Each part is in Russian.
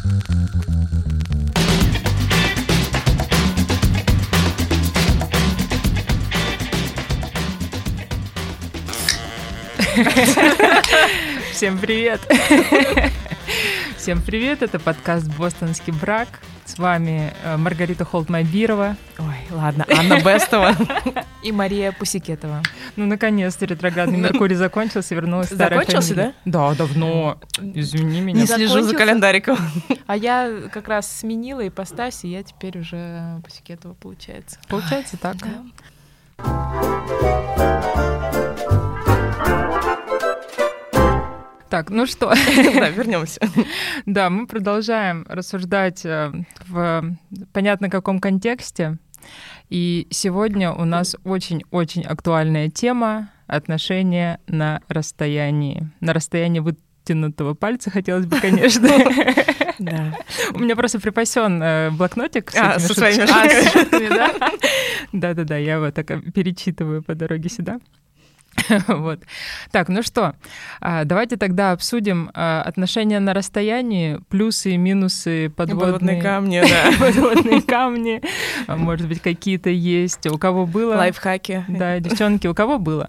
Всем привет! Всем привет! Это подкаст «Бостонский брак». С вами Маргарита Холт-Майбирова. Ой, ладно, Анна Бестова. И Мария Пусикетова. Ну, наконец-то ретроградный Меркурий закончился, вернулась старая Закончился, фамилия. Да, давно. Извини меня. Не слежу за календариком. А я как раз сменила ипостась, и я теперь уже Пусикетова, получается. Получается так. Так, ну что? Да, вернемся. Да, мы продолжаем рассуждать в понятно каком контексте. И сегодня у нас очень-очень актуальная тема — отношения на расстоянии. На расстоянии вытянутого пальца, хотелось бы, конечно. Да. У меня просто припасен блокнотик с этими со своими шутками, да? Да-да-да, я его так перечитываю по дороге сюда. Вот. Так, ну что, давайте тогда обсудим отношения на расстоянии, плюсы и минусы, подводные камни, да. подводные камни, может быть, какие-то есть. У кого было? Лайфхаки. Да, девчонки, у кого было?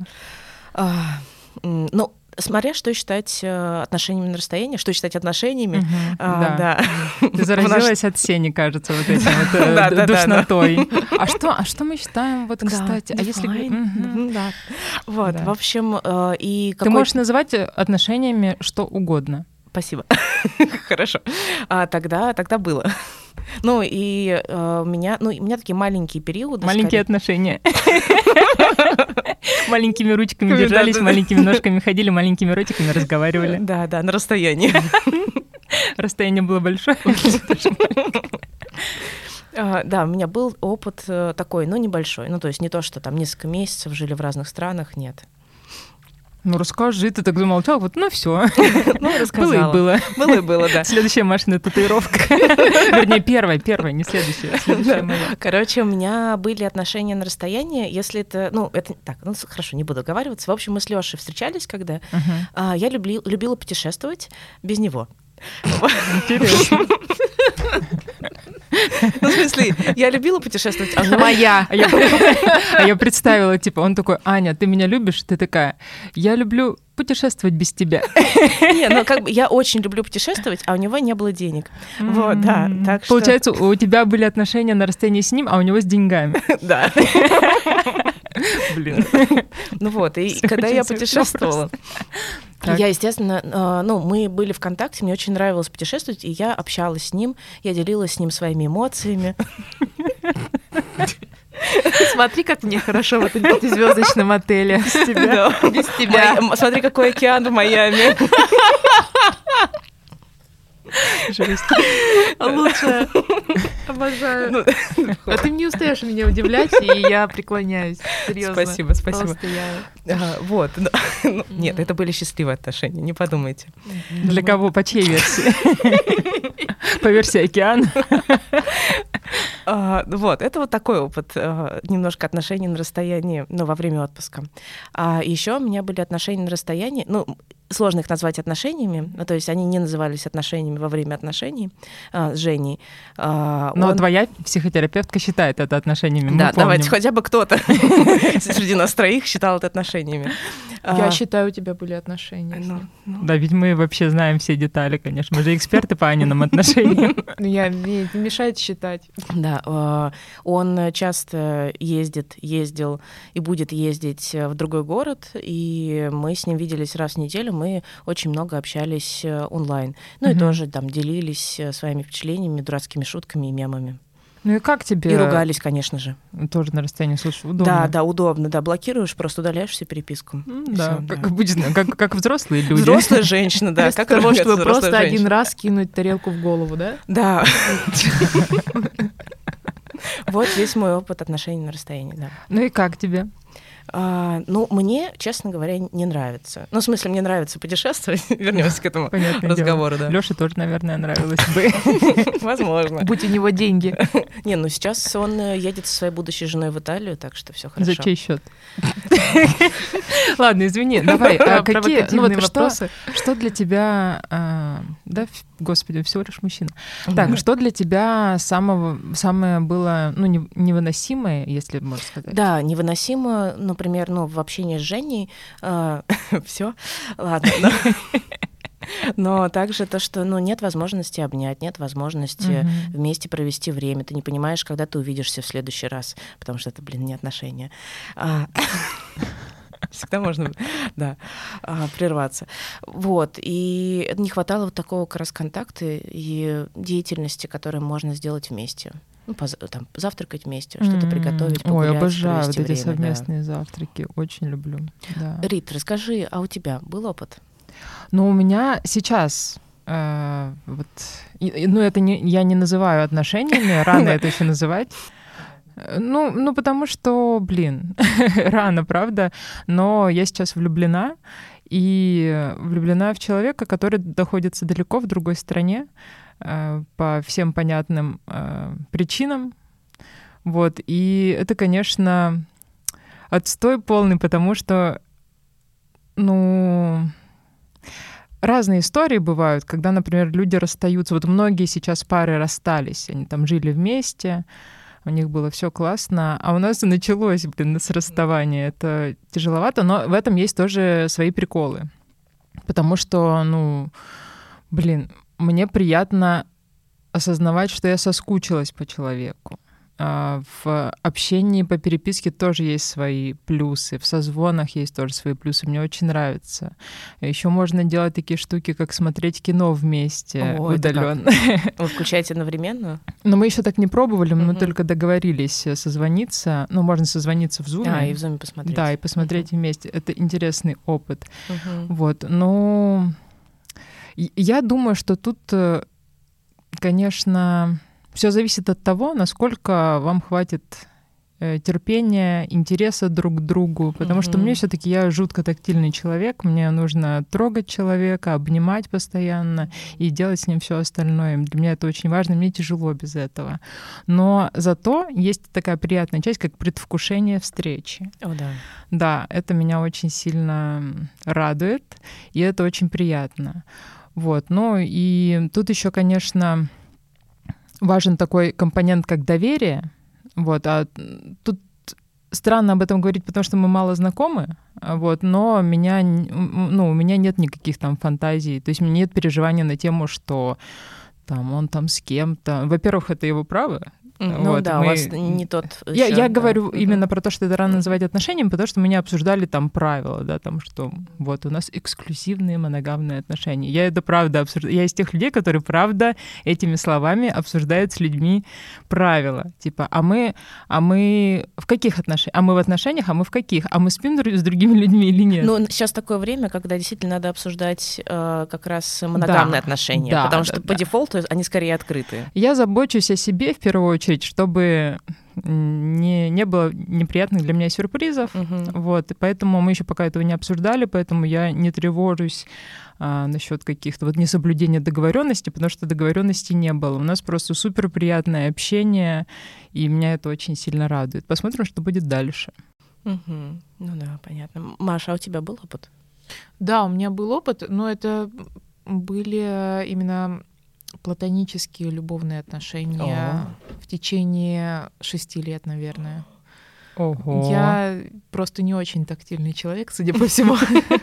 Ну, смотря что считать отношениями на расстоянии, что считать отношениями. Да. Ты заразилась от Сени, кажется, вот этим вот душнотой. А что мы считаем, вот, кстати? А если... Да. Вот, в общем, и... Ты можешь называть отношениями что угодно. Спасибо. Хорошо. Тогда было. Ну, и у меня такие маленькие периоды. Маленькие отношения. Маленькими ручками держались, маленькими ножками ходили, маленькими ротиками разговаривали. Да, на расстоянии. Расстояние было большое. Да, у меня был опыт такой, но небольшой. Ну, то есть не то, что там несколько месяцев жили в разных странах, нет. Ну, расскажи, ты так замолчал, вот, ну, все. Ну, рассказала. Было и было, да. Следующая Машина татуировка. Вернее, первая, не следующая. Следующая моя. Короче, у меня были отношения на расстоянии, если это... Ну, это так, ну, хорошо, не буду оговариваться. В общем, мы с Лёшей встречались, когда я любила путешествовать без него. Интересно. Ну, в смысле, я любила путешествовать, а Моя. А я представила, типа, он такой: Аня, ты меня любишь? Ты такая: я люблю путешествовать без тебя. Не, ну как бы я очень люблю путешествовать, а у него не было денег. Вот, да. Так что... Получается, у тебя были отношения на расстоянии с ним, а у него с деньгами. Да. Блин. Ну вот, и когда я путешествовала, я, естественно, мы были в контакте, мне очень нравилось путешествовать, и я общалась с ним, я делилась с ним своими эмоциями. Смотри, как мне хорошо в этом пятизвездочном отеле. Без тебя. Без тебя. Смотри, какой океан в Майами. Жесть. Лучше. Обожаю. А ты не устаешь меня удивлять, и я преклоняюсь. Серьезно. Спасибо. Просто я... Вот. Нет, это были счастливые отношения, не подумайте. Для кого? По чьей версии? По версии океана? Вот, это вот такой опыт, немножко отношений на расстоянии, во время отпуска. А еще у меня были отношения на расстоянии, сложно их назвать отношениями, то есть они не назывались отношениями во время отношений с Женей. Но твоя психотерапевтка считает это отношениями. Да, давайте хотя бы кто-то среди нас троих считал это отношениями. Я считаю, у тебя были отношения. Да, ведь мы вообще знаем все детали, конечно. Мы же эксперты по Аниным отношениям. Мне не мешает считать. Да, он часто ездил и будет ездить в другой город, и мы с ним виделись раз в неделю, мы очень много общались онлайн. И тоже там делились своими впечатлениями, дурацкими шутками и мемами. Ну и как тебе? И ругались, конечно же. Тоже на расстоянии, слушай, удобно. Да, удобно, да. Блокируешь, просто удаляешь всю переписку. Да, как взрослые люди. Взрослая женщина, да. Как того, чтобы просто один раз кинуть тарелку в голову, да? Да. Вот весь мой опыт отношений на расстоянии, да. Ну и как тебе? Ну, мне, честно говоря, не нравится. Ну, в смысле, мне нравится путешествовать. Вернемся к этому разговору, да. Лёше тоже, наверное, нравилось бы. Возможно. Будь у него деньги. Не, ну сейчас он едет со своей будущей женой в Италию, так что все хорошо. За чей счет? Ладно, извини, давай. Какие вопросы? Что для тебя... Да, господи, всего лишь мужчина. Так, что для тебя самое было, ну, невыносимое, если можно сказать? Да, невыносимо, например, ну, в общении с Женей. Все, ладно. Но также то, что нет возможности обнять, нет возможности вместе провести время. Ты не понимаешь, когда ты увидишься в следующий раз, потому что это, не отношения. Всегда можно, прерваться. Вот. И не хватало вот такого как раз контакта и деятельности, которые можно сделать вместе. Ну, там, завтракать вместе, что-то приготовить, погулять. Ой, обожаю вот эти совместные завтраки. Очень люблю. Да. Рит, расскажи, а у тебя был опыт? Ну, у меня сейчас... я не называю отношениями, рано это еще называть. Ну, потому что, рано, правда, но я сейчас влюблена, и влюблена в человека, который находится далеко в другой стране, по всем понятным причинам. Вот, и это, конечно, отстой полный, потому что, разные истории бывают, когда, например, люди расстаются. Вот многие сейчас пары расстались, они там жили вместе, у них было все классно, а у нас началось, с расставания. Это тяжеловато, но в этом есть тоже свои приколы. Потому что, мне приятно осознавать, что я соскучилась по человеку. В общении по переписке тоже есть свои плюсы, в созвонах есть тоже свои плюсы, мне очень нравится. Еще можно делать такие штуки, как смотреть кино вместе удаленно. Вы включаете одновременно? Но мы еще так не пробовали, мы только договорились созвониться. Можно созвониться в Zoom. И в Zoom посмотреть. Да, и посмотреть вместе. Это интересный опыт. Вот, я думаю, что тут, конечно... Все зависит от того, насколько вам хватит терпения, интереса друг к другу, потому что мне все-таки я жутко тактильный человек, мне нужно трогать человека, обнимать постоянно и делать с ним все остальное. Для меня это очень важно, мне тяжело без этого. Но зато есть такая приятная часть, как предвкушение встречи. О, да. Да, это меня очень сильно радует, и это очень приятно. Вот, и тут еще, конечно, важен такой компонент, как доверие. Вот, а тут странно об этом говорить, потому что мы мало знакомы, но у меня нет никаких там фантазий, то есть у меня нет переживания на тему, что он там с кем-то. Во-первых, это его право. У вас не тот... Я говорю именно про то, что это рано называть отношениями, потому что мы не обсуждали там правила, что у нас эксклюзивные моногамные отношения. Я это правда обсуждаю. Я из тех людей, которые правда этими словами обсуждают с людьми правила. Типа, а мы в каких отношениях? А мы в отношениях, а мы в каких? А мы спим с другими людьми или нет? Сейчас такое время, когда действительно надо обсуждать как раз моногамные отношения, потому что по дефолту они скорее открытые. Я забочусь о себе в первую очередь, чтобы не было неприятных для меня сюрпризов. Вот, и поэтому мы еще пока этого не обсуждали, поэтому я не тревожусь насчет каких-то несоблюдения договоренности, потому что договоренности не было. У нас просто супер приятное общение, и меня это очень сильно радует. Посмотрим, что будет дальше. Ну да, понятно. Маша, а у тебя был опыт? Да, у меня был опыт, но это были именно платонические любовные отношения в течение 6 лет, наверное. Ого. Я просто не очень тактильный человек, судя по всему.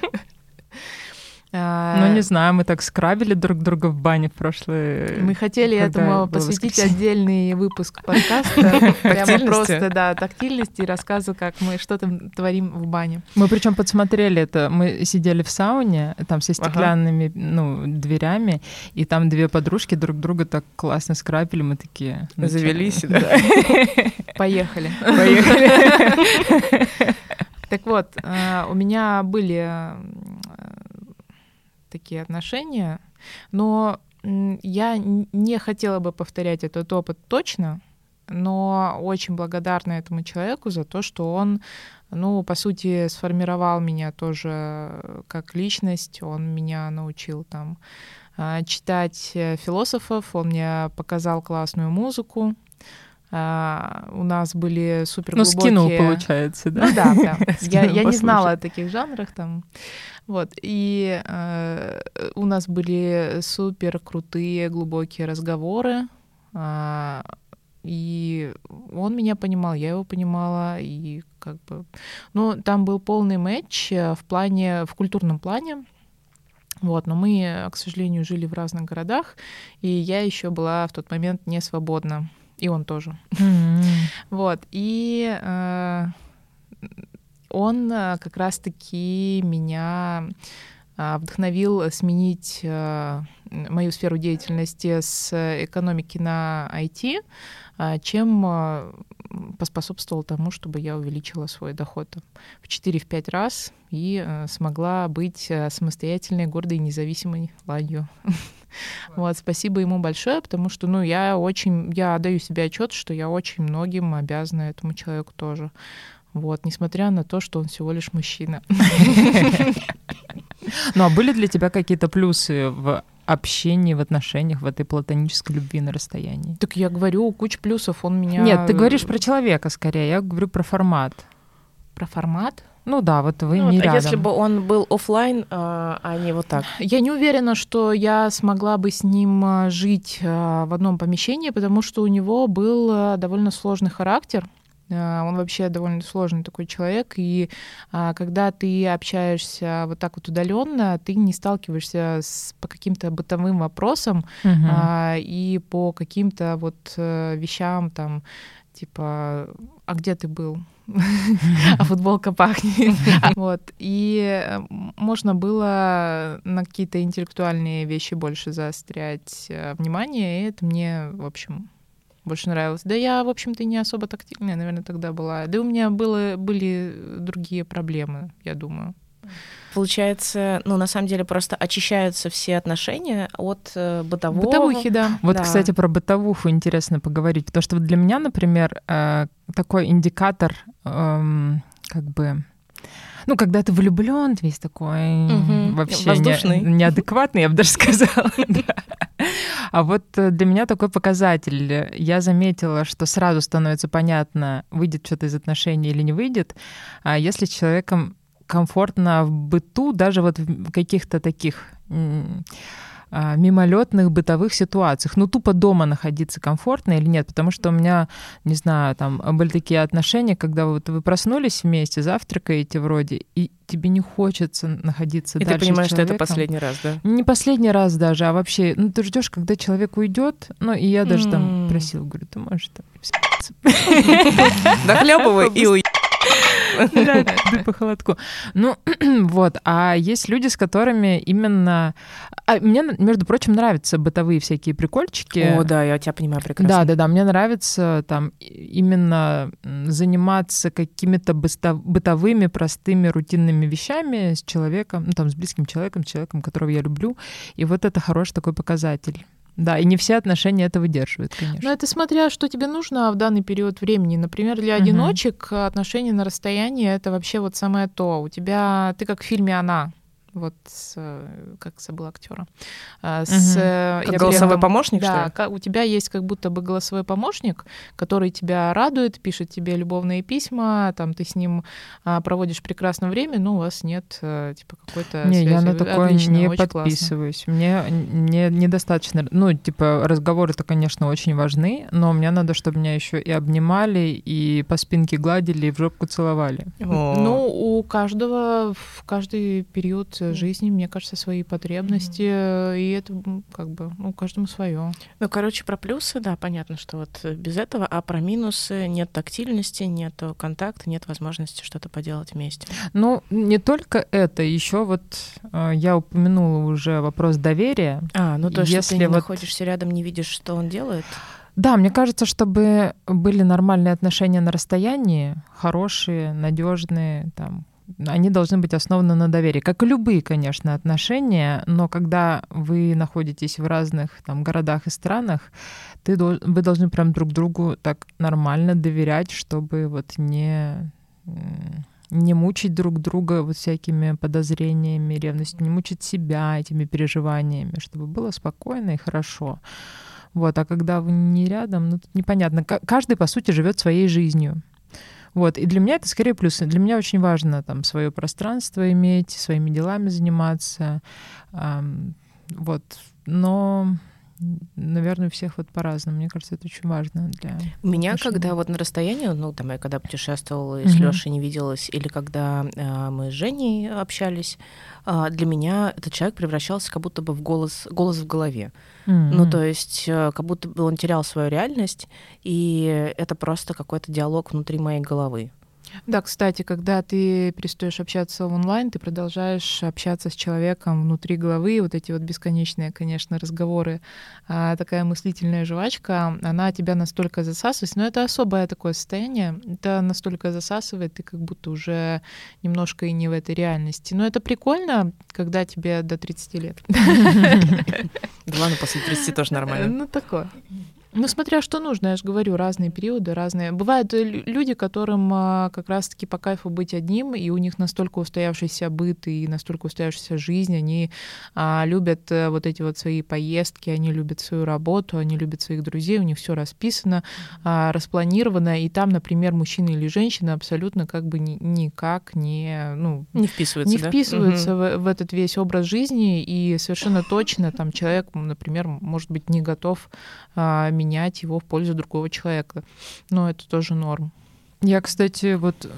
Не знаю, мы так скрабили друг друга в бане в прошлое. Мы хотели этому посвятить отдельный выпуск подкаста. Прямо просто, тактильности и рассказу, как мы что там творим в бане. Мы причем подсмотрели это. Мы сидели в сауне, там со стеклянными дверями, и там 2 подружки друг друга так классно скрабили. Мы такие... Завелись, да? Поехали. Так вот, у меня были такие отношения, но я не хотела бы повторять этот опыт точно, но очень благодарна этому человеку за то, что он Ну, по сути, сформировал меня тоже как личность. Он меня научил там читать философов, он мне показал классную музыку. У нас были суперглубокие... Ну, скинул, получается, да? Ну да, прям. Я не знала о таких жанрах там. Вот. И у нас были супер крутые глубокие разговоры. И он меня понимал, я его понимала, и как бы... Ну, там был полный матч в культурном плане. Вот, но мы, к сожалению, жили в разных городах, и я еще была в тот момент не свободна, и он тоже. Вот, и он как раз-таки меня вдохновил сменить мою сферу деятельности с экономики на IT, чем поспособствовал тому, чтобы я увеличила свой доход в 4-5 раз и смогла быть самостоятельной, гордой и независимой ладью. Вот, спасибо ему большое, потому что, ну, я отдаю себе отчет, что я очень многим обязана этому человеку тоже. Вот, несмотря на то, что он всего лишь мужчина. Ну, а были для тебя какие-то плюсы в общении, в отношениях, в этой платонической любви на расстоянии? Так я говорю, куча плюсов, он меня... Нет, ты говоришь про человека скорее, я говорю про формат. Про формат? Ну да, вот вы не рядом. А если бы он был офлайн, а не вот так? Я не уверена, что я смогла бы с ним жить в одном помещении, потому что у него был довольно сложный характер. Он вообще довольно сложный такой человек, и когда ты общаешься вот так вот удаленно, ты не сталкиваешься по каким-то бытовым вопросам и по каким-то вот вещам там, типа, а где ты был? А футболка пахнет. Вот. И можно было на какие-то интеллектуальные вещи больше заострять внимание, и это мне, в общем, больше нравилось. Да я, в общем-то, не особо тактильная, наверное, тогда была. Да у меня были другие проблемы, я думаю. Получается, ну, на самом деле, просто очищаются все отношения от бытового. Бытовухи, да. Вот, да. Кстати, про бытовуху интересно поговорить, потому что вот для меня, например, такой индикатор, как бы... Ну, когда ты влюблён, весь такой вообще неадекватный, я бы даже сказала. А вот для меня такой показатель. Я заметила, что сразу становится понятно, выйдет что-то из отношений или не выйдет, если с человеком комфортно в быту, даже вот в каких-то таких мимолетных бытовых ситуациях. Ну, тупо дома находиться комфортно или нет? Потому что у меня, не знаю, там были такие отношения, когда вот вы проснулись вместе, завтракаете вроде, и тебе не хочется находиться дальше с человеком. И ты понимаешь, что это последний раз, да? Не последний раз даже, а вообще, ну, ты ждешь, когда человек уйдет. Ну, и я даже там просила, говорю, ты можешь там... Дохлёбывай и уйди. Да, по холодку. Ну, вот. А есть люди, с которыми именно... мне, между прочим, нравятся бытовые всякие прикольчики. О, да, я тебя понимаю прекрасно. Да. Мне нравится там именно заниматься какими-то бытовыми, простыми, рутинными вещами с человеком, ну, там, с близким человеком, с человеком, которого я люблю. И вот это хороший такой показатель. Да, и не все отношения это выдерживают, конечно. Но это смотря, что тебе нужно в данный период времени. Например, для одиночек отношения на расстоянии — это вообще вот самое то. У тебя... Ты как в фильме «Она». Вот, как забыла актера. Как голосовой помощник, да, что ли? У тебя есть как будто бы голосовой помощник, который тебя радует, пишет тебе любовные письма, там ты с ним проводишь прекрасное время, но у вас нет типа какой-то связи. Не, я на такое Отлично, не очень подписываюсь. Мне недостаточно. Ну, типа, разговоры-то, конечно, очень важны, но мне надо, чтобы меня еще и обнимали, и по спинке гладили, и в жопку целовали. Ну, у каждого в каждый период жизни, мне кажется, свои потребности, и это как бы, ну, каждому свое. Ну, короче, про плюсы, да, понятно, что вот без этого, а про минусы нет тактильности, нет контакта, нет возможности что-то поделать вместе. Ну, не только это, еще вот я упомянула уже вопрос доверия. Ну, то есть, если ты не вот... находишься рядом, не видишь, что он делает? Да, мне кажется, чтобы были нормальные отношения на расстоянии, хорошие, надежные, там, они должны быть основаны на доверии. Как и любые, конечно, отношения, но когда вы находитесь в разных там городах и странах, вы должны прям друг другу так нормально доверять, чтобы вот не не мучить друг друга вот всякими подозрениями, ревностью, не мучить себя этими переживаниями, чтобы было спокойно и хорошо. Вот, а когда вы не рядом, ну, тут непонятно. Каждый, по сути, живет своей жизнью. Вот, и для меня это скорее плюсы. Для меня очень важно там свое пространство иметь, своими делами заниматься. Вот, но, наверное, у всех вот по-разному. Мне кажется, это очень важно для У меня, отношений. когда вот на расстоянии, ну, там, я когда путешествовала и с Лёшей не виделась, или когда мы с Женей общались, для меня этот человек превращался как будто бы в голос в голове. Ну, то есть как будто бы он терял свою реальность, и это просто какой-то диалог внутри моей головы. Да, кстати, когда ты перестаешь общаться в онлайн, ты продолжаешь общаться с человеком внутри головы. Вот эти вот бесконечные, конечно, разговоры, такая мыслительная жвачка, она тебя настолько засасывает. Но это особое такое состояние. Это настолько засасывает, ты как будто уже немножко и не в этой реальности. Но это прикольно, когда тебе до 30 лет. Да ладно, после 30 тоже нормально. Ну, такое. Ну, смотря что нужно, я же говорю, разные периоды, разные. Бывают люди, которым как раз-таки по кайфу быть одним, и у них настолько устоявшийся быт и настолько устоявшаяся жизнь, они любят вот эти вот свои поездки, они любят свою работу, они любят своих друзей, у них все расписано, распланировано, и там, например, мужчина или женщина абсолютно как бы никак не вписываются в этот весь образ жизни, и совершенно точно там человек, например, может быть, не готов менять его в пользу другого человека. Но это тоже норм. Я, кстати, вот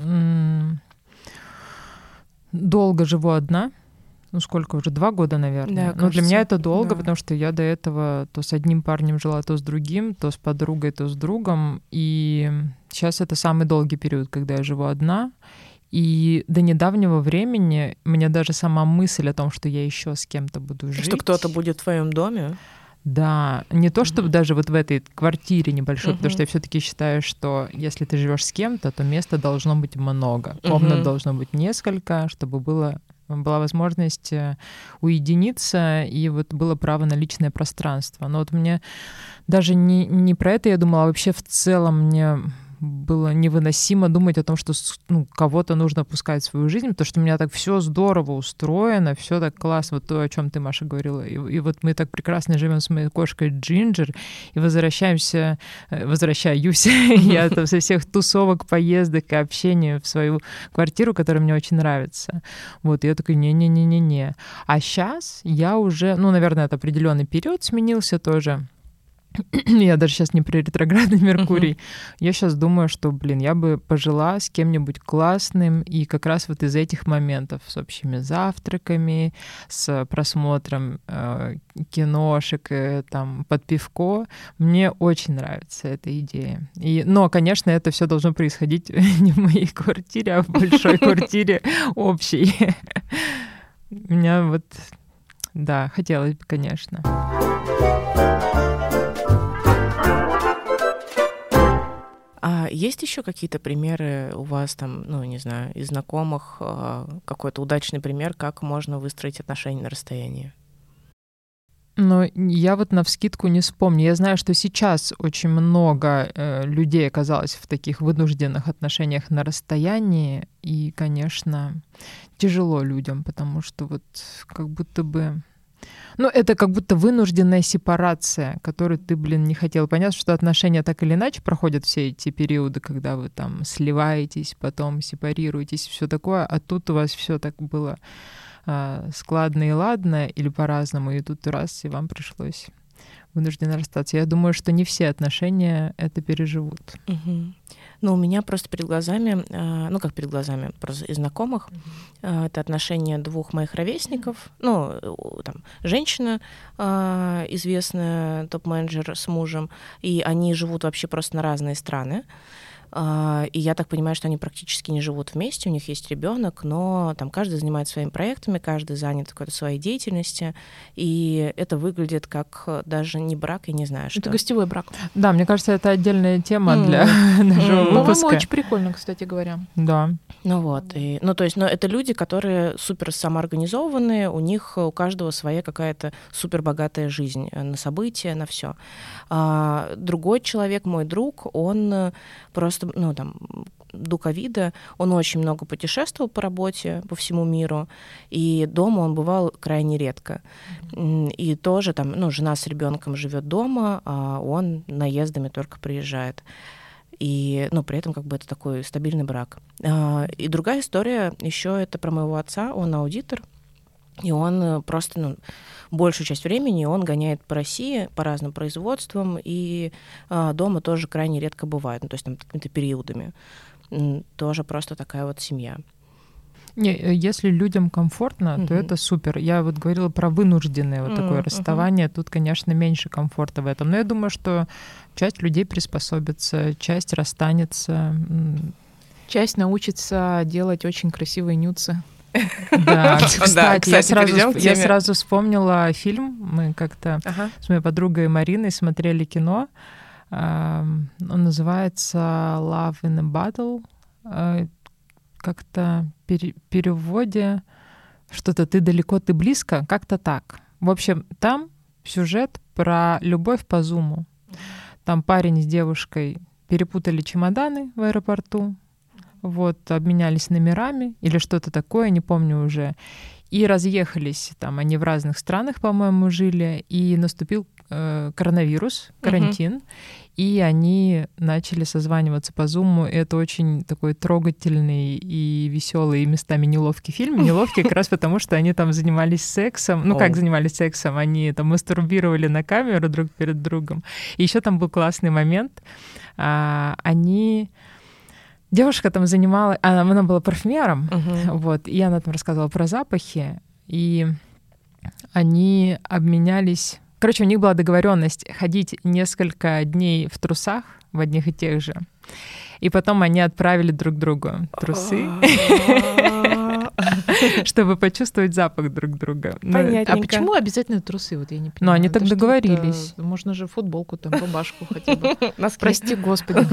долго живу одна. Ну, сколько уже? 2 года, наверное. Да, но для меня это долго, да. потому что я до этого то с одним парнем жила, то с другим, то с подругой, то с другом. И сейчас это самый долгий период, когда я живу одна. И до недавнего времени мне даже сама мысль о том, что я еще с кем-то буду жить... Что кто-то будет в твоем доме? Да, не то чтобы даже вот в этой квартире небольшой, потому что я все-таки считаю, что если ты живешь с кем-то, то места должно быть много, комнат должно быть несколько, чтобы была возможность уединиться и вот было право на личное пространство. Но вот мне даже не про это я думала, а вообще в целом мне было невыносимо думать о том, что кого-то нужно пускать в свою жизнь, потому что у меня так все здорово устроено, все так классно, вот то, о чем ты, Маша, говорила. И вот мы так прекрасно живем с моей кошкой Джинджер, и возвращаюсь я там со всех тусовок, поездок и общения в свою квартиру, которая мне очень нравится. Вот, и я такой, не-не-не-не-не. А сейчас я уже, наверное, это определенный период сменился тоже. Я даже сейчас не про ретроградный Меркурий. Я сейчас думаю, что, я бы пожила с кем-нибудь классным, и как раз вот из этих моментов с общими завтраками, с просмотром киношек, там, под пивко, мне очень нравится эта идея. Но, конечно, это все должно происходить не в моей квартире, а в большой квартире общей. У меня вот, да, хотелось бы, конечно. А есть еще какие-то примеры у вас там, не знаю, из знакомых, какой-то удачный пример, как можно выстроить отношения на расстоянии? Но я вот навскидку не вспомню. Я знаю, что сейчас очень много людей оказалось в таких вынужденных отношениях на расстоянии, и, конечно, тяжело людям, потому что вот как будто бы... это как будто вынужденная сепарация, которую ты, не хотел. Понятно, что отношения так или иначе проходят все эти периоды, когда вы там сливаетесь, потом сепарируетесь, все такое, а тут у вас все так было складно и ладно или по-разному, и тут раз, и вам пришлось вынужденно расстаться. Я думаю, что не все отношения это переживут. У меня просто перед глазами, просто из знакомых, это отношения 2 моих ровесников, там, женщина, известная топ-менеджер с мужем, и они живут вообще просто на разные страны. И я так понимаю, что они практически не живут вместе, у них есть ребенок, но там каждый занимается своими проектами, каждый занят в какой-то своей деятельности, и это выглядит как даже не брак, я не знаю, что. Это гостевой брак. Да, мне кажется, это отдельная тема для нашего выпуска. По-моему, очень прикольно, кстати говоря. Да. Это люди, которые супер самоорганизованные, у них у каждого своя какая-то супер богатая жизнь на события, на все. Другой человек, мой друг, он просто, до ковида он очень много путешествовал по работе по всему миру, и дома он бывал крайне редко. И тоже там, ну, жена с ребенком живет дома, а он наездами только приезжает. И, ну, при этом как бы это такой стабильный брак. И другая история еще это про моего отца. Он аудитор, и он просто, ну, большую часть времени он гоняет по России, по разным производствам, и дома тоже крайне редко бывает, ну, то есть там какими-то периодами. Тоже просто такая вот семья. Не, если людям комфортно, то это супер. Я вот говорила про вынужденное вот такое расставание. Тут, конечно, меньше комфорта в этом. Но я думаю, что часть людей приспособится, часть расстанется. Часть научится делать очень красивые нюцы. Да, кстати, я сразу вспомнила фильм. Мы как-то с моей подругой Мариной смотрели кино. Он называется «Love in a Bottle». Как-то переводе что-то «ты далеко, ты близко», как-то так. В общем, там сюжет про любовь по зуму. Там парень с девушкой перепутали чемоданы в аэропорту, вот, обменялись номерами или что-то такое, не помню уже, и разъехались. Там они в разных странах, по-моему, жили, и наступил коронавирус, карантин, и они начали созваниваться по Зуму. Это очень такой трогательный и веселый, и местами неловкий фильм. Неловкий как раз потому, что они там занимались сексом. Ну, как занимались сексом? Они там мастурбировали на камеру друг перед другом. И еще там был классный момент. Девушка там занималась... Она была парфюмером, вот, и она там рассказывала про запахи, и они обменялись... Короче, у них была договоренность ходить несколько дней в трусах, в одних и тех же. И потом они отправили друг другу трусы, чтобы почувствовать запах друг друга. Понятненько. А почему обязательно трусы? Вот я не понимаю. Ну, они так договорились. Можно же футболку, там, рубашку хотя бы. Прости, Господи.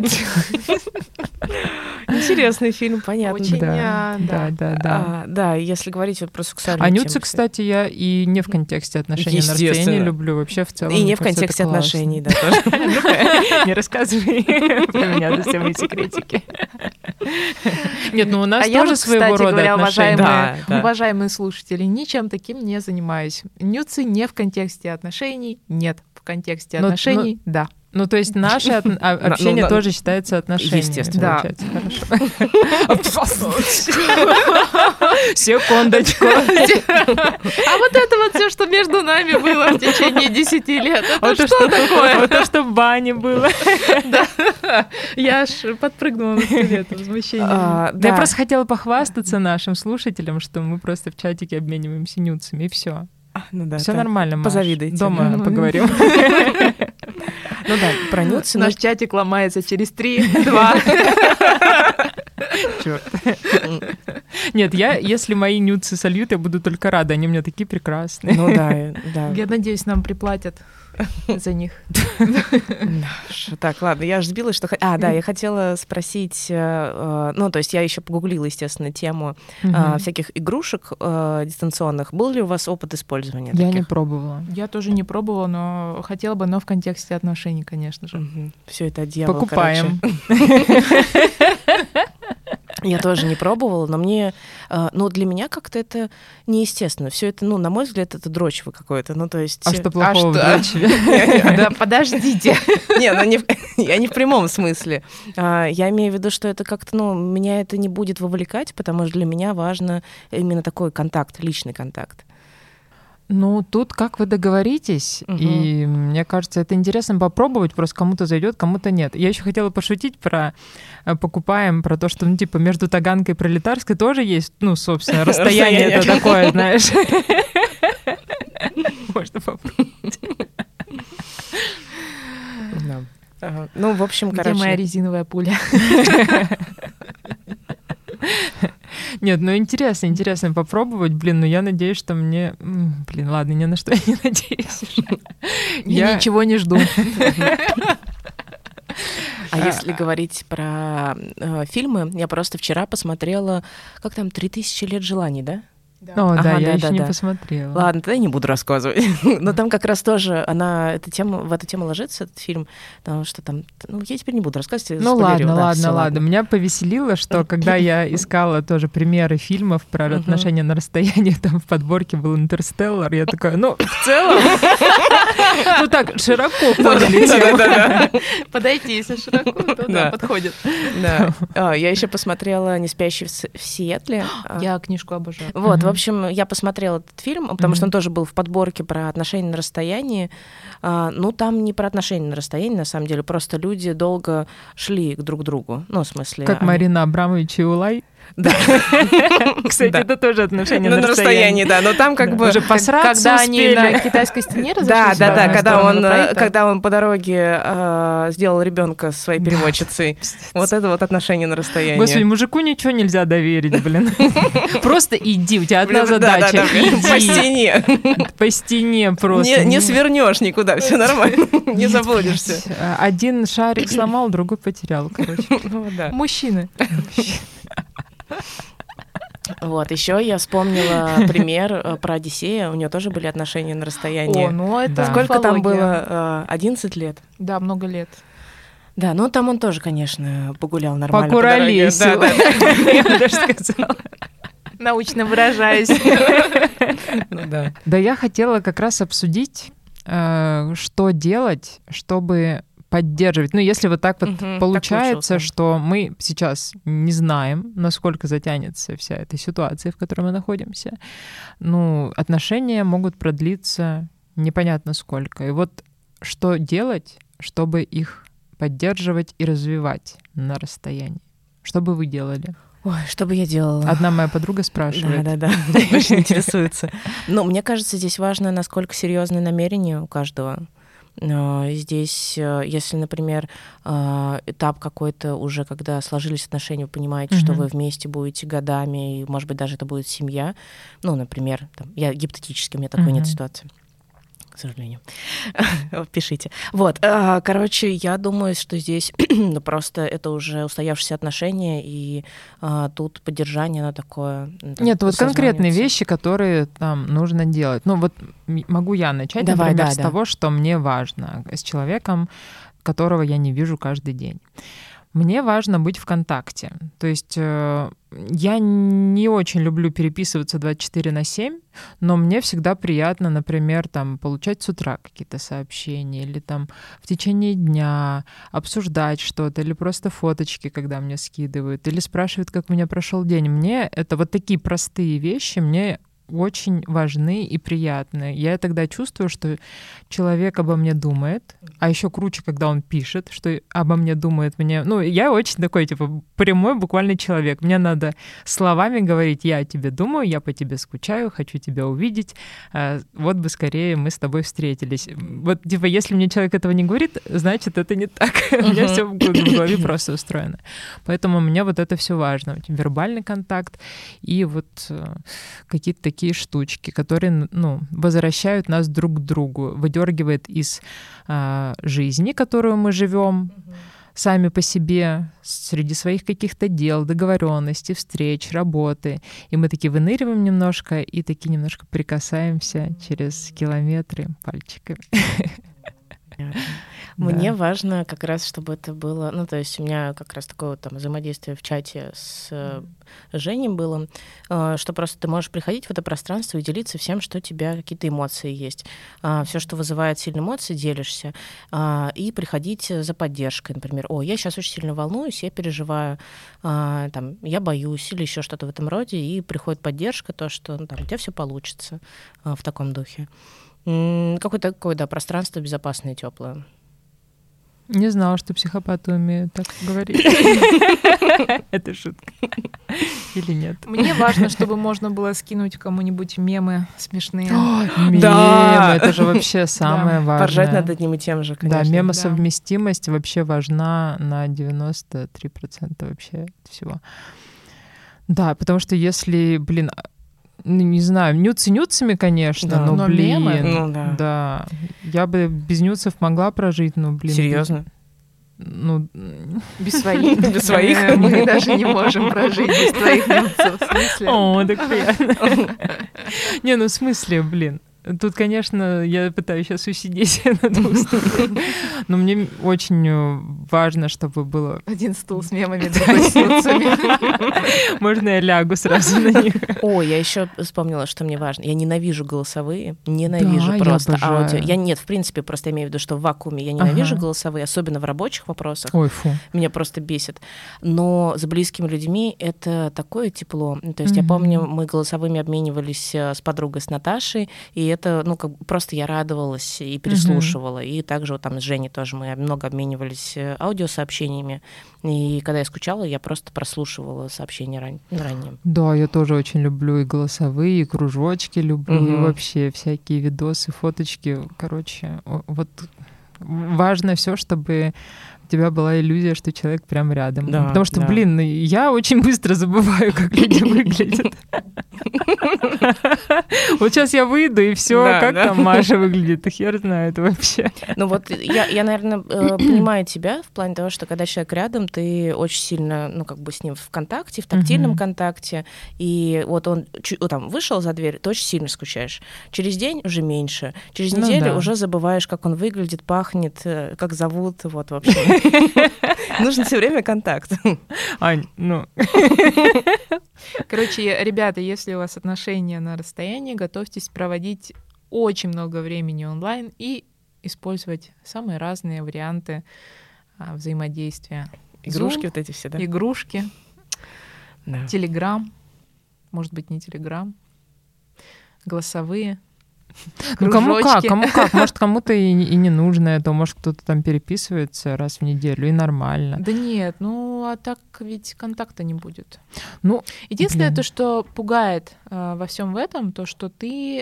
Интересный фильм, понятно. Очень, да, если говорить вот про сексуальную тему. Нюцы, кстати, я и не в контексте отношений на расстоянии люблю, вообще в целом. И не в контексте отношений, да, тоже. Не рассказывай про меня за все мои секретики. Нет, ну у нас тоже своего рода отношения. Уважаемые слушатели, ничем таким не занимаюсь. Нюцы не в контексте отношений, нет. В контексте отношений, да. Ну, то есть наше общение тоже считается отношением. Естественно. Да. Хорошо. Секундочку. А вот это вот все, что между нами было в течение 10 лет, это что такое? Вот то, что в бане было. Я аж подпрыгнула на стуле от возмущения. Я просто хотела похвастаться нашим слушателям, что мы просто в чатике обмениваемся нюцами, и все. Ну да, все нормально, Маш. Позавидуйте. Дома поговорим. Ну да, про нюцы. Наш чатик ломается через 3, 2. Чёрт. Нет, если мои нюцы сольют, я буду только рада. Они у меня такие прекрасные. Ну да. Я надеюсь, нам приплатят за них. Так, ладно, я аж сбилась, что... я хотела спросить... Ну, то есть я еще погуглила, естественно, тему всяких игрушек дистанционных. Был ли у вас опыт использования таких? Я не пробовала. Я тоже не пробовала, но хотела бы, но в контексте отношений, конечно же. Все это дьявол, покупаем. Я тоже не пробовала, но мне, для меня как-то это неестественно. Все это, на мой взгляд, это дрочево какое-то. Ну, то есть... А что плохого в дрочеве? Да, подождите. Не, я не в прямом смысле. Я имею в виду, что это как-то, меня это не будет вовлекать, потому что для меня важно именно такой контакт, личный контакт. Ну, тут как вы договоритесь, и мне кажется, это интересно попробовать, просто кому-то зайдет, кому-то нет. Я еще хотела пошутить про покупаем, про то, что, между Таганкой и Пролетарской тоже есть, собственно, расстояние это такое, знаешь. Можно попробовать. Ну, в общем, где моя резиновая пуля? Нет, интересно попробовать. Но я надеюсь, что мне... ладно, ни на что я не надеюсь. Я ничего не жду. А если говорить про фильмы, я просто вчера посмотрела, как там, 3000 лет желаний, да? О, да, Ага, я еще не да. посмотрела. Ладно, тогда не буду рассказывать. Но там как раз тоже в эту тему ложится, этот фильм, потому что там, я теперь не буду рассказывать. Ну спойлерю. Да, всё, ладно. Меня повеселило, что когда я искала тоже примеры фильмов про отношения на расстоянии, там в подборке был «Интерстеллар», я такая, в целом, так, широко поняли тему. Подойти, если широко, то да, подходит. Да. Я еще посмотрела «Не спящий в Сиэтле». Я книжку обожаю. Вот, в общем, я посмотрела этот фильм, потому что он тоже был в подборке про отношения на расстоянии. Там не про отношения на расстоянии, на самом деле, просто люди долго шли друг к другу. Ну, в смысле... Как Марина Абрамович и Улай. Да. Кстати, это тоже отношения на расстоянии, да, но там как бы... Уже посраться когда они успели. на китайской стене разошлись. Да, когда он по дороге сделал ребенка со своей переводчицей. Вот это вот отношения на расстоянии. Господи, мужику ничего нельзя доверить, блин. Просто иди, у тебя одна задача. По стене. По стене просто. Не свернешь никуда, все нормально. Не заблудишься. Один шарик сломал, другой потерял, короче. Мужчины. Вот, еще я вспомнила пример про Одиссея. У нее тоже были отношения на расстоянии. Это сколько там было? 11 лет? Да, много лет. Да, там он тоже, конечно, погулял нормально. Покуролесил. Я бы даже сказала. Научно выражаясь. Да, я хотела как раз обсудить, что делать, чтобы поддерживать. Если вот так вот получается, что мы сейчас не знаем, насколько затянется вся эта ситуация, в которой мы находимся, отношения могут продлиться непонятно сколько. И вот что делать, чтобы их поддерживать и развивать на расстоянии? Что бы вы делали? Ой, что бы я делала? Одна моя подруга спрашивает. Да, очень интересуется. Мне кажется, здесь важно, насколько серьезные намерения у каждого. Здесь, если, например, этап какой-то уже, когда сложились отношения, вы понимаете, что вы вместе будете годами, и, может быть, даже это будет семья. Например, я гипотетически, у меня такой нет ситуации. К сожалению. Пишите. Вот. Короче, я думаю, что здесь просто это уже устоявшиеся отношения, и тут поддержание, оно такое... Нет, вот конкретные вещи, которые там нужно делать. Могу я начать, например, с того, что мне важно, с человеком, которого я не вижу каждый день. Мне важно быть в контакте. То есть я не очень люблю переписываться 24/7, но мне всегда приятно, например, получать с утра какие-то сообщения или в течение дня обсуждать что-то, или просто фоточки, когда мне скидывают, или спрашивают, как у меня прошел день. Мне это вот такие простые вещи, мне очень важны и приятны. Я тогда чувствую, что человек обо мне думает, а еще круче, когда он пишет, что обо мне думает мне. Я очень такой, прямой буквально человек. Мне надо словами говорить: я о тебе думаю, я по тебе скучаю, хочу тебя увидеть. Вот бы скорее мы с тобой встретились. Вот, если мне человек этого не говорит, значит, это не так. У меня все в голове просто устроено. Поэтому мне вот это все важно. Вербальный контакт и вот какие-то такие штучки, которые, возвращают нас друг к другу, выдергивает из жизни, которую мы живем сами по себе, среди своих каких-то дел, договоренностей, встреч, работы. И мы такие выныриваем немножко и такие немножко прикасаемся через километры пальчиками. Мне важно как раз, чтобы это было... то есть у меня как раз такое взаимодействие в чате с Женей было, что просто ты можешь приходить в это пространство и делиться всем, что у тебя какие-то эмоции есть. Все, что вызывает сильные эмоции, делишься. И приходить за поддержкой. Например, я сейчас очень сильно волнуюсь, я переживаю, я боюсь или еще что-то в этом роде, и приходит поддержка, то, что у тебя все получится в таком духе. Какое-то такое, пространство безопасное и теплое. Не знала, что психопаты умеют так говорить. Это шутка. Или нет? Мне важно, чтобы можно было скинуть кому-нибудь мемы смешные. Мемы, это же вообще самое важное. Поржать над одним и тем же, конечно. Да, мемосовместимость вообще важна на 93% вообще всего. Да, потому что если, не знаю, нюцы нюцами, конечно, но мемы? Да. Я бы без нюцев могла прожить, Серьезно? ну... Без своих. Без своих. Мы даже не можем прожить без твоих немцев. В смысле? О, так приятно. Не, ну в смысле, блин. Тут, конечно, я пытаюсь сейчас усидеть на двух стульях, но мне очень важно, чтобы было... Один стул с мемами, другой с нюцами. Можно я лягу сразу на них? О, я еще вспомнила, что мне важно. Я ненавижу голосовые, ненавижу Да, просто я обожаю. аудио. Я нет, в принципе, просто имею в виду, что в вакууме я ненавижу голосовые, особенно в рабочих вопросах. Ой, фу. Меня просто бесит. Но с близкими людьми это такое тепло. То есть я помню, мы голосовыми обменивались с подругой, с Наташей, и это, ну, как бы просто я радовалась и переслушивала. И также вот там с Женей тоже мы много обменивались аудиосообщениями. И когда я скучала, я просто прослушивала сообщения ранее. Да, я тоже очень люблю и голосовые, и кружочки люблю, и вообще всякие видосы, фоточки. Короче, вот важно все, чтобы у тебя была иллюзия, что человек прям рядом. Да, потому что, да. блин, я очень быстро забываю, как люди выглядят. Вот сейчас я выйду, и все, Да, как да. там Маша выглядит, хер знает вообще. Ну вот я, наверное, понимаю тебя в плане того, что когда человек рядом, ты очень сильно, ну, как бы с ним в контакте, в тактильном контакте, и вот он там вышел за дверь, ты очень сильно скучаешь. Через день уже меньше. Через Ну неделю да. уже забываешь, как он выглядит, пахнет, как зовут, вот вообще. Нужен все время контакт. Ань, ну... Короче, ребята, если у вас отношения на расстоянии, готовьтесь проводить очень много времени онлайн и использовать самые разные варианты взаимодействия. Игрушки Zoom, вот эти все, да? игрушки, Да. Телеграм, может быть, не Телеграм, голосовые. Ну кому как, кружочки. может кому-то и не нужно это, может кто-то там переписывается раз в неделю, и нормально. Да нет, ну а так ведь контакта не будет. Ну, Единственное, блин. то, что пугает во всем этом, то, что ты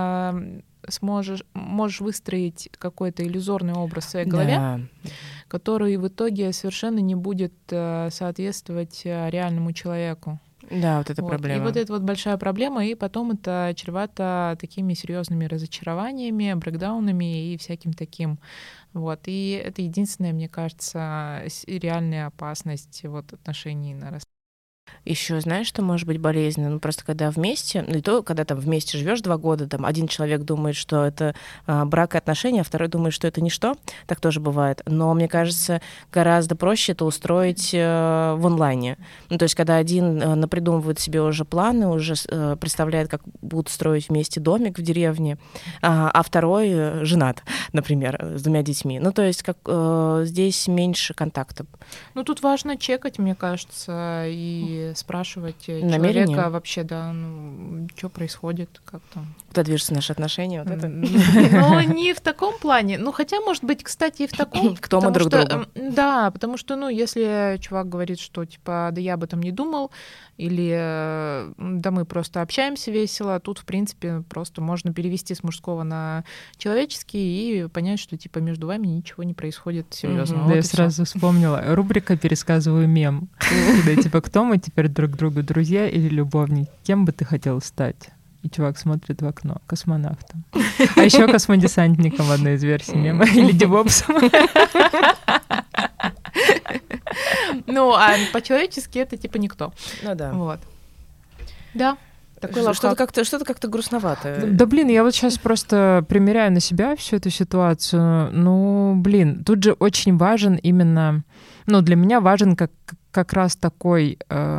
можешь выстроить какой-то иллюзорный образ в своей голове, Да. который в итоге совершенно не будет соответствовать реальному человеку. Да, вот это Вот. проблема. И вот это вот большая проблема, и потом это чревато такими серьезными разочарованиями, брейкдаунами и всяким таким. Вот. И это единственная, мне кажется, реальная опасность вот отношений на расстоянии. Еще знаешь, что может быть болезненно? Ну, просто когда вместе, ну и то, когда там вместе живешь 2 года, там один человек думает, что это брак и отношения, а второй думает, что это ничто. Так тоже бывает. Но мне кажется, гораздо проще это устроить в онлайне. Ну, то есть, когда один напридумывает себе уже планы, уже представляет, как будут строить вместе домик в деревне, а второй женат, например, с 2 детьми. Ну, то есть, как здесь меньше контакта. Ну, тут важно чекать, мне кажется, и спрашивать Намерение? человека вообще, да, ну, что происходит, как там. Куда движутся наши отношения? Вот это. Ну, не в таком плане. Ну, хотя, может быть, кстати, и в таком. Кто мы потому друг что, другу. Да, потому что, ну, если чувак говорит, что, типа, да я об этом не думал, или да мы просто общаемся весело, тут, в принципе, просто можно перевести с мужского на человеческий и понять, что, типа, между вами ничего не происходит серьезного. Да, я сразу вспомнила. Рубрика «Пересказываю мем». Когда, типа, кто мы теперь друг другу, друзья или любовники? Кем бы ты хотел стать? И чувак смотрит в окно. Космонавтом. А еще космодесантником в одной из версий мема. Или девопсом. Ну, а по-человечески это, типа, никто. Ну да. Вот. Да. Такой Что-то лайфхак. что-то как-то грустновато. Да, блин, я вот сейчас просто примеряю на себя всю эту ситуацию. Ну, блин, тут же очень важен именно... Ну, для меня важен как раз такой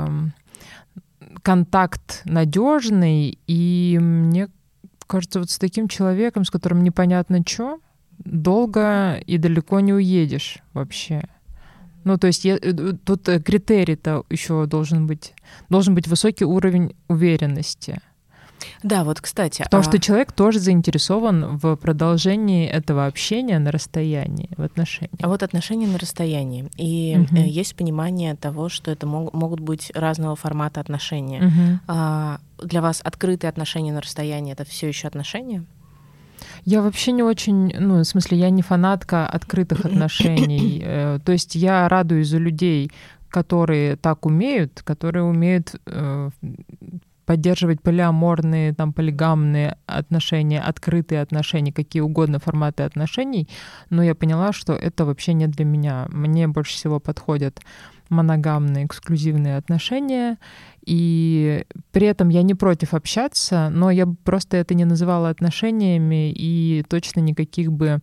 контакт надежный, и мне кажется, вот с таким человеком, с которым непонятно что, долго и далеко не уедешь вообще. Ну, то есть тут критерий-то еще должен быть высокий уровень уверенности. Да, вот, кстати. Потому что человек тоже заинтересован в продолжении этого общения на расстоянии, в отношениях. А вот отношения на расстоянии. И есть понимание того, что это могут быть разного формата отношения. Для вас открытые отношения на расстоянии — это все еще отношения? Я вообще не очень, ну, в смысле, я не фанатка открытых отношений. То есть я радуюсь за людей, которые так умеют, которые умеют поддерживать полиаморные, там, полигамные отношения, открытые отношения, какие угодно форматы отношений, но я поняла, что это вообще не для меня. Мне больше всего подходят моногамные, эксклюзивные отношения, и при этом я не против общаться, но я бы просто это не называла отношениями, и точно никаких бы,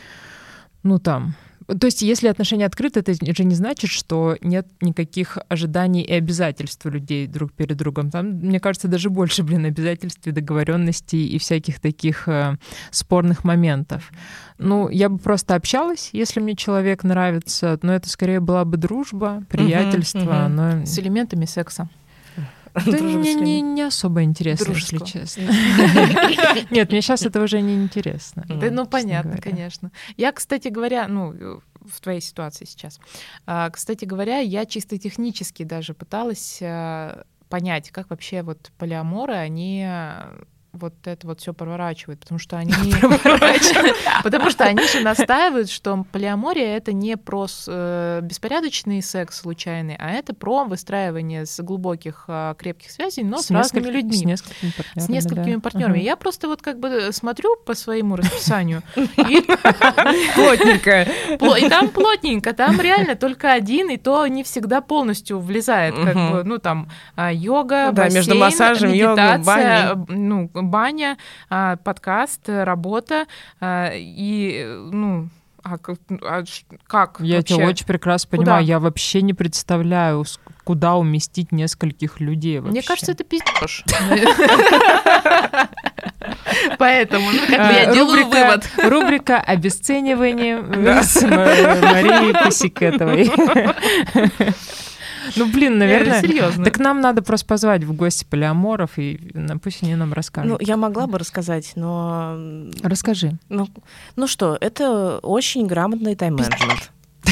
то есть если отношения открыты, это же не значит, что нет никаких ожиданий и обязательств у людей друг перед другом. Там, мне кажется, даже больше, обязательств и договоренностей и всяких таких спорных моментов. Я бы просто общалась, если мне человек нравится, но это скорее была бы дружба, приятельство. Но... С элементами секса. Да не особо интересно, если честно. Нет, мне сейчас это уже не интересно. Да, понятно, конечно. Я, кстати говоря, в твоей ситуации сейчас, кстати говоря, я чисто технически даже пыталась понять, как вообще вот полиаморы, они вот это вот все проворачивают, потому что они же настаивают, что полиамория — это не про беспорядочный секс случайный, а это про выстраивание с глубоких крепких связей, но с разными людьми. С несколькими партнерами. Я просто вот как бы смотрю по своему расписанию. Плотненько. И там плотненько, там реально только один, и то не всегда полностью влезает. Там йога, бассейн, между массажем, йогой, баня, подкаст, работа и, как Я вообще? тебя очень прекрасно понимаю. Я вообще не представляю, куда уместить нескольких людей вообще. Мне кажется, это пиздёж. Поэтому я делаю вывод. Рубрика «Обесценивание» с Марией Кусикетовой. Наверное, серьезно. Так нам надо просто позвать в гости полиаморов, и пусть они нам расскажут. Я могла бы рассказать, но... Расскажи. Что, это очень грамотный тайм-менеджмент.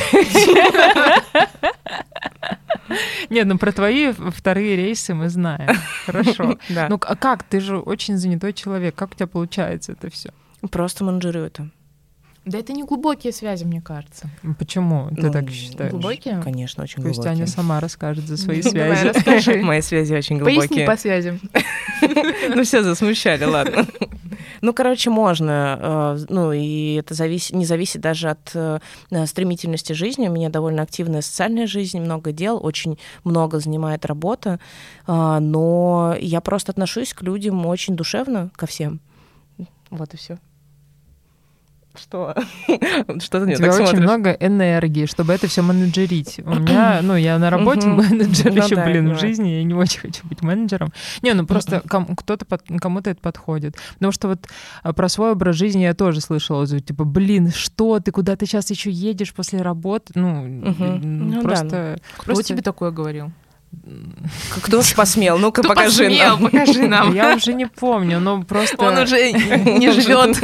Нет, про твои вторые рейсы мы знаем. Хорошо. А как? Ты же очень занятой человек. Как у тебя получается это все? Просто менеджерю это. Да это не глубокие связи, мне кажется. Почему ты так считаешь? Глубокие? Конечно, очень глубокие. Пусть Аня сама расскажет за свои связи. Расскажи. Мои связи очень глубокие. Поясни по связям. Все засмущали, ладно. Можно. И это не зависит даже от стремительности жизни. У меня довольно активная социальная жизнь, много дел, очень много занимает работа. Но я просто отношусь к людям очень душевно, ко всем. Вот и все. Что? Что ты мне так смотришь? У тебя очень много энергии, чтобы это все менеджерить. У меня, я на работе менеджер еще, в жизни, я не очень хочу быть менеджером. Просто кому-то это подходит. Потому что вот про свой образ жизни я тоже слышала, типа, что ты, куда ты сейчас еще едешь после работы? Просто... Кто тебе такое говорил? Кто ж посмел? Ну-ка, покажи нам. Я уже не помню, но просто... Он уже не живет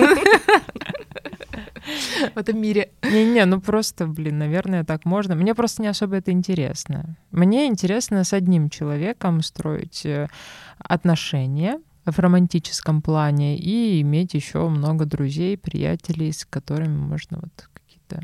в этом мире. Просто, наверное, так можно. Мне просто не особо это интересно. Мне интересно с одним человеком строить отношения в романтическом плане и иметь еще много друзей, приятелей, с которыми можно какие-то...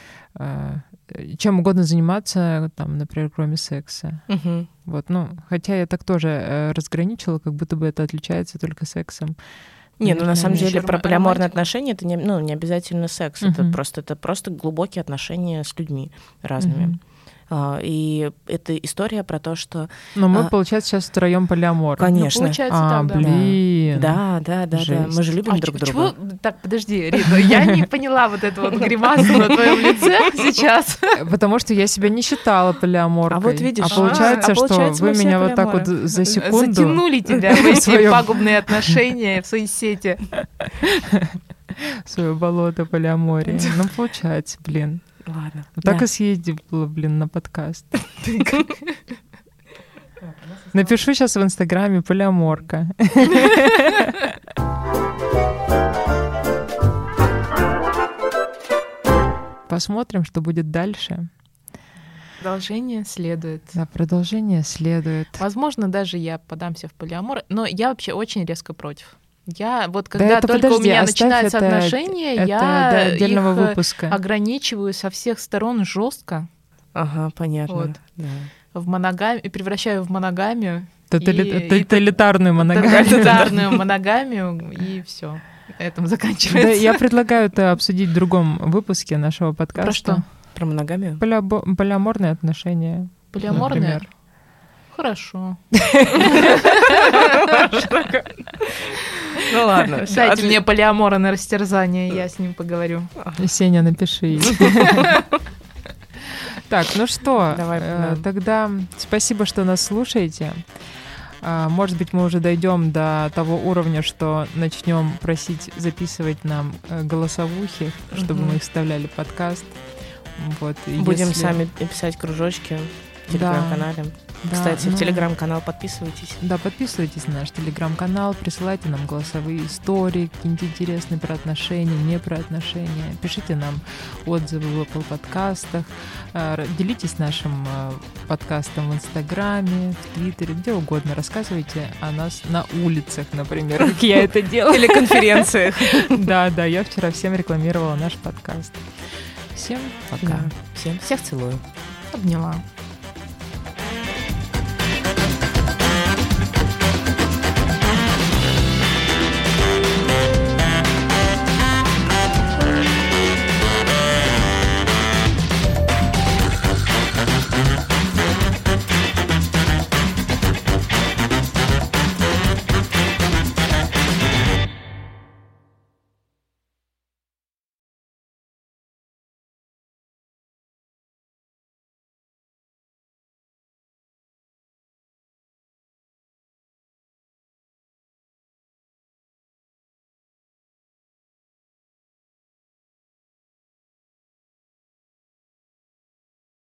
чем угодно заниматься, например, кроме секса. Хотя я так тоже разграничила, как будто бы это отличается только сексом. На самом деле про полиаморные отношения это не обязательно секс, это просто глубокие отношения с людьми разными. И это история про то, что... Но мы, получается, сейчас втроём полиамор. Конечно. Получается, так, блин. Да. Мы же любим друг друга. Чего? Так, подожди, Рита, я не поняла вот эту вот гримасу на твоем лице сейчас. Потому что я себя не считала полиаморкой. А вот видишь. А получается, что вы меня вот так вот за секунду... Затянули тебя в эти пагубные отношения, в свои сети. Свое болото полиамория. Получается, блин. Ладно. Так и съездила, на подкаст. Напишу сейчас в Инстаграме полиаморка. Посмотрим, что будет дальше. Продолжение следует. Да, продолжение следует. Возможно, даже я подамся в полиамор, но я вообще очень резко против. Я когда только у меня начинаются отношения, я их ограничиваю со всех сторон жестко. Ага, понятно. И превращаю в моногамию. Тоталитарную моногамию. Тоталитарную моногамию, и все. Этом заканчивается. Да, я предлагаю это обсудить в другом выпуске нашего подкаста. Про что? Про моногамию? Полиаморные отношения. Полиаморные? Например. Хорошо. Ну ладно. Дайте мне полиамора на растерзание, я с ним поговорю. Сеня, напиши. Так, ну что, тогда спасибо, что нас слушаете. Может быть, мы уже дойдем до того уровня, что начнем просить записывать нам голосовухи, чтобы мы их вставляли в подкаст. Вот, будем сами писать кружочки в телеграм-канале. Да, кстати, в телеграм-канал подписывайтесь. Да, подписывайтесь на наш телеграм-канал, присылайте нам голосовые истории, какие-нибудь интересные про отношения, не про отношения. Пишите нам отзывы в Apple подкастах, делитесь нашим подкастом в Инстаграме, в Твиттере, где угодно. Рассказывайте о нас на улицах, например, как я это делала. Или конференциях. Да, я вчера всем рекламировала наш подкаст. Всем пока. Всех целую. Обняла.